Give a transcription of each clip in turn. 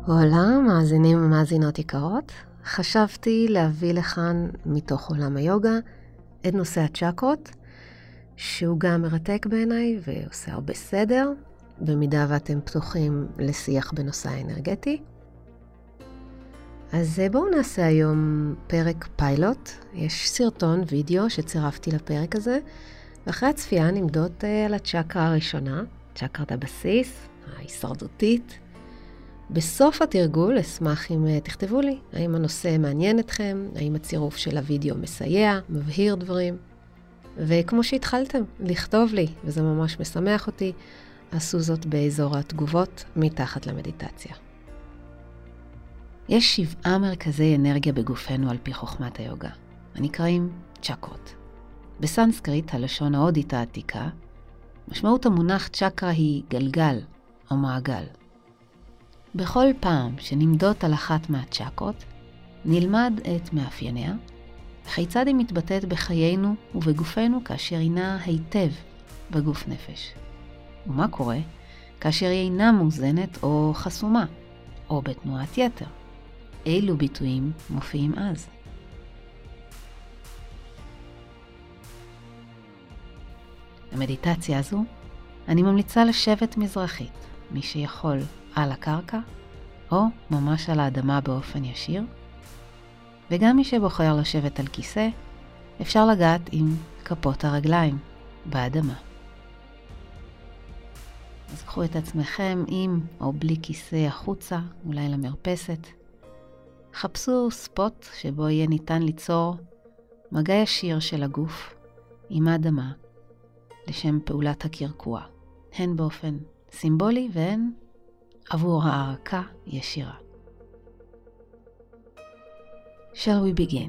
הולה, מאזינים ומאזינות יקרות, חשבתי להביא לכאן מתוך עולם היוגה את נושא הצ'קרות, שהוא גם מרתק בעיניי ועושה הרבה סדר, במידה ואתם פתוחים לשיח בנושא האנרגטי. אז בואו נעשה היום פרק פיילוט. יש סרטון וידאו שצירפתי לפרק הזה, ואחרי הצפייה נמדוד על הצ'קרה הראשונה, צ'קרת הבסיס, ההישרדותית. בסוף התרגול אשמח אם תכתבו לי, האם הנושא מעניין אתכם, האם הצירוף של הוידאו מסייע, מבהיר דברים. וכמו שהתחלתם, לכתוב לי, וזה ממש משמח אותי, עשו זאת באזור התגובות מתחת למדיטציה. יש 7 מרכזי אנרגיה בגופנו על פי חוכמת היוגה, הנקראים צ'קרות. בסנסקריט, הלשון ההודית העתיקה, משמעות המונח צ'קרה היא גלגל או מעגל. בכל פעם שנמדוד על אחת מהצ'קרות, נלמד את מאפייניה, וכיצד היא מתבטאת בחיינו ובגופנו כאשר הינה היטב בגוף נפש. ומה קורה כאשר היא אינה מאוזנת או חסומה, או בתנועת יתר. אילו ביטויים מופיעים אז? למדיטציה הזו אני ממליצה לשבת מזרחית, מי שיכול על הקרקע, או ממש על האדמה באופן ישיר, וגם מי שבוחר לשבת על כיסא, אפשר לגעת עם כפות הרגליים באדמה. אז קחו את עצמכם עם או בלי כיסא החוצה, אולי למרפסת. חפשו ספוט שבו יהיה ניתן ליצור מגע ישיר של הגוף עם האדמה, לשם פעולת הקרקוע, הן באופן סימבולי והן עבור הערכה ישירה. Shall we begin?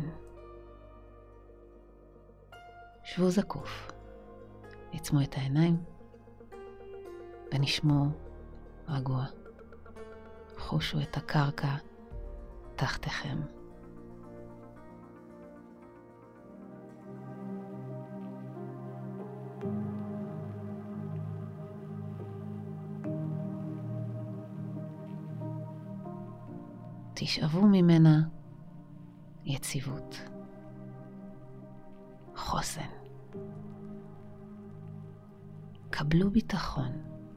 שבו זקוף, עצמו את העיניים ונשמו רגוע. חושו את הקרקע תחתיכם. תשאבו ממנה יציבות, חוסן. קבלו ביטחון.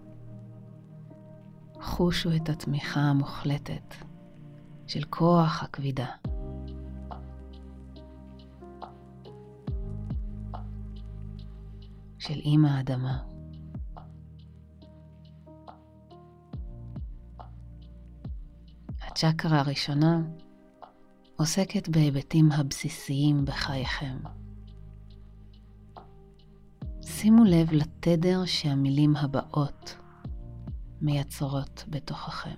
חושו את התמיכה המוחלטת של כוח הכבידה. של אמא האדמה. הצ'קרה הראשונה עוסקת בהיבטים הבסיסיים בחייכם. שימו לב לתדר שהמילים הבאות מייצרות בתוככם.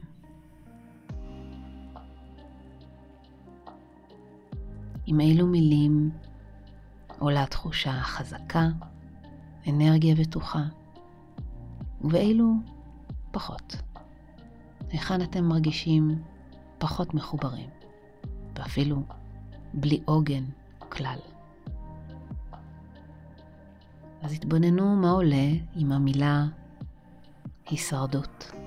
עם אילו מילים עולה תחושה חזקה, אנרגיה בטוחה, ובאילו פחות. היכן אתם מרגישים פחות מחוברים, ואפילו בלי עוגן כלל. אז התבוננו מה עולה עם המילה הישרדות.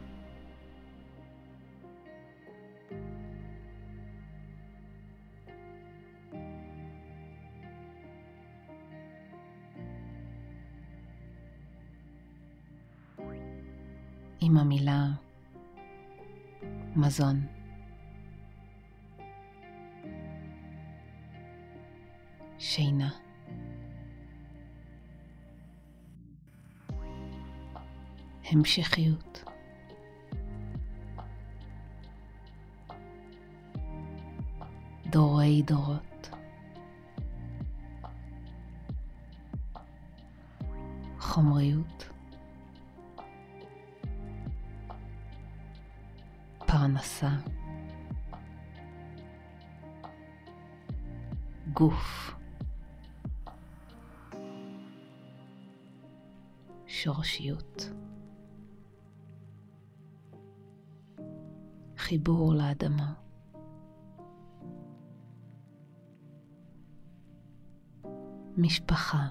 עם המילה מזון. שינה. המשכיות. דורי דורות. חומריות. פרנסה. גוף. שורשיות. חיבור לאדמה. משפחה.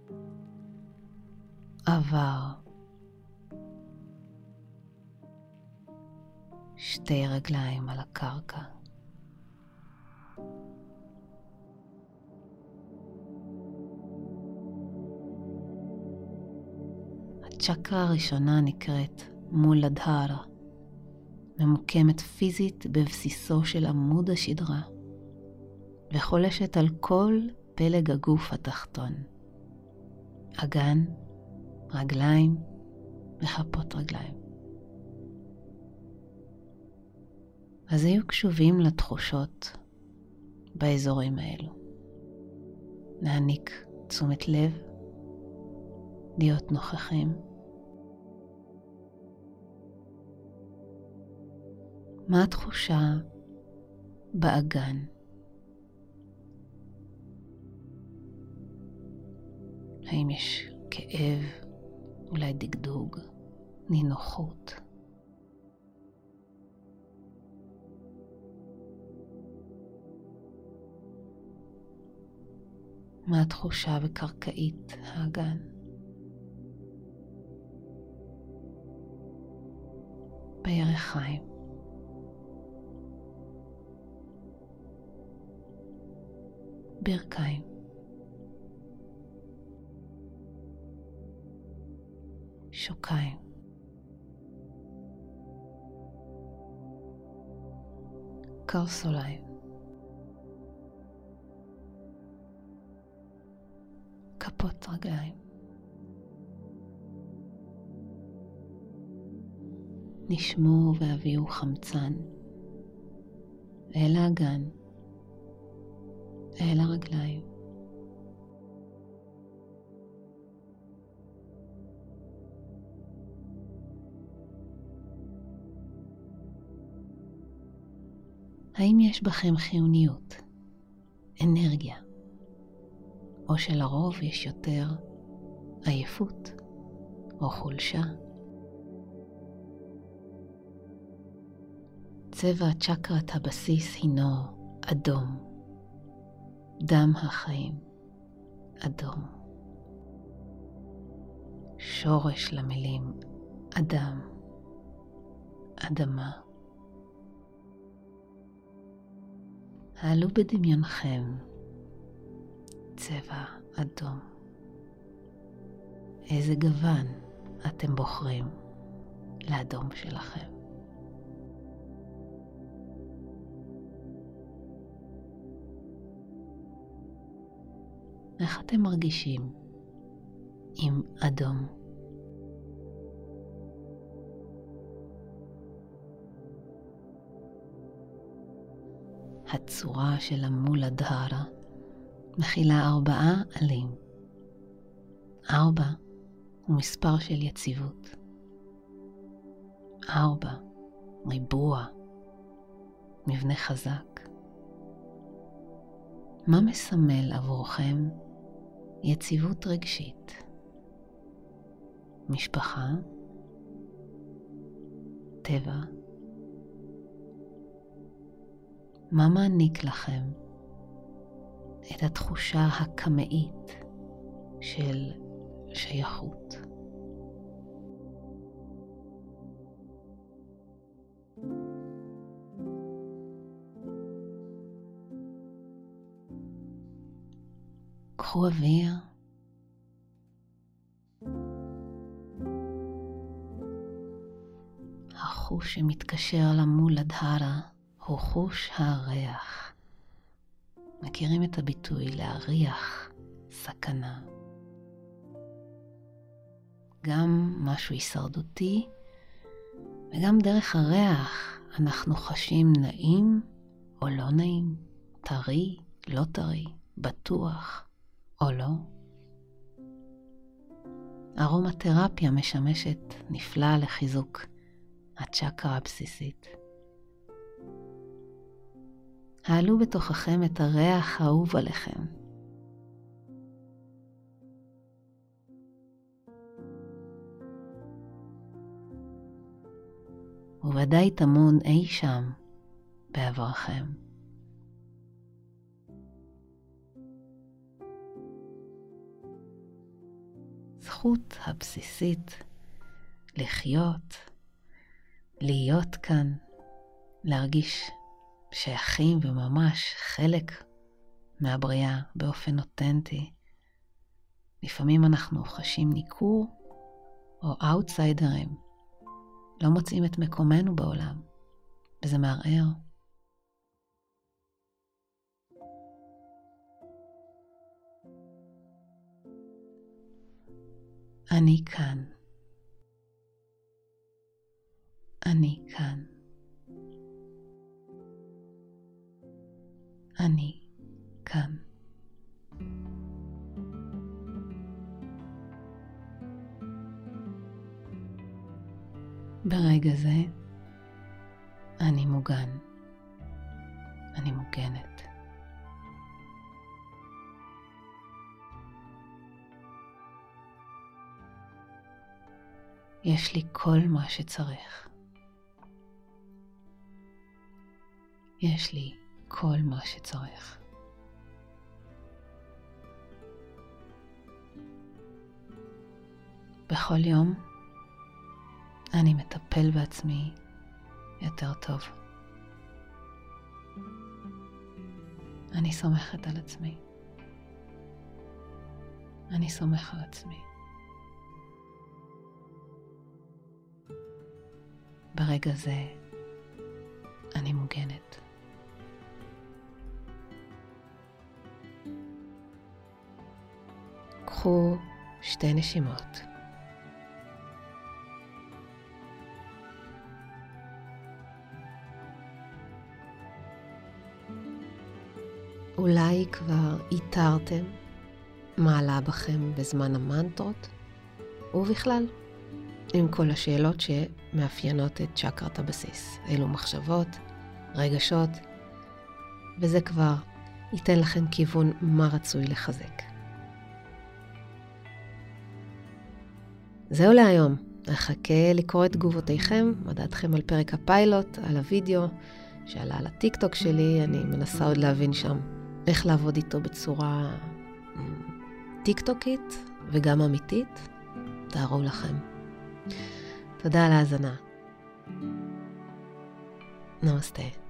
עבר. שתי רגליים על הקרקע. הצ'קרה הראשונה נקראת מולדהרה, ממוקמת פיזית בבסיסו של עמוד השדרה, וחולשת על כל פלג הגוף התחתון, אגן, רגליים וכפות רגליים. אז היו קשובים לתחושות באזורים האלו. נעניק תשומת לב, להיות נוכחים. מה התחושה באגן? האם יש כאב, אולי דגדוג, נינוחות? מה התחושה בקרקעית האגן? בירכיים. ברכיים. שוקיים. קרסוליים. כפות רגליים. נשמו והביאו חמצן אל האגן, אל הרגליים. האם יש בכם חיוניות, אנרגיה, או שלרוב יש יותר עייפות או חולשה? צבע צ'קרת הבסיס הינו אדום, דם החיים, אדום. שורש למילים אדם, אדמה. העלו בדמיונכם צבע אדום. איזה גוון אתם בוחרים לאדום שלכם? איך אתם מרגישים עם אדום? הצורה של המולדהרה מכילה 4 עלים. 4 הוא מספר של יציבות. 4, ריבוע, מבנה חזק. מה מסמל עבורכם יציבות רגשית? משפחה? טבע? מה מעניק לכם את התחושה הקמאית של שייכות? קחו אוויר. החוש שמתקשר למולדהרה הוא חוש הריח. מכירים את הביטוי להריח סכנה? גם משהו הישרדותי וגם דרך הריח אנחנו חשים נעים או לא נעים, טרי, לא טרי, בטוח או לא. ארומתרפיה משמשת נפלא לחיזוק הצ'קרה הבסיסית. העלו בתוככם את הריח האהוב עליכם. וודאי טמון אי שם בעברכם. הזכות הבסיסית לחיות, להיות כאן להרגיש שייכים וממש חלק מהבריאה באופן אותנטי. לפעמים אנחנו חשים ניכור או אאוטסיידרים, לא מוצאים את מקומנו בעולם, וזה מערער. אני כאן. אני כאן. אני כאן. ברגע זה אני מוגן. אני מוגנת. יש לי כל מה שצריך. יש לי כל מה שצריך. בכל יום אני מטפל בעצמי יותר טוב. אני סומכת על עצמי. אני סומך על עצמי. ברגע זה אני מוגנת. קחו 2 נשימות. אולי כבר איתרתם מה עלה בכם בזמן המנטרות, ובכלל, עם כל השאלות שמאפיינות את צ'קרת הבסיס. אילו מחשבות, רגשות, וזה כבר ייתן לכם כיוון מה רצוי לחזק. זהו להיום. אחכה לקרוא את תגובותיכם, מדעתכם על פרק הפיילוט, על הוידאו שעלה על הטיקטוק שלי. אני מנסה עוד להבין שם איך לעבוד איתו בצורה טיקטוקית וגם אמיתית. תארו לכם. תודה על ההאזנה. נמסטה.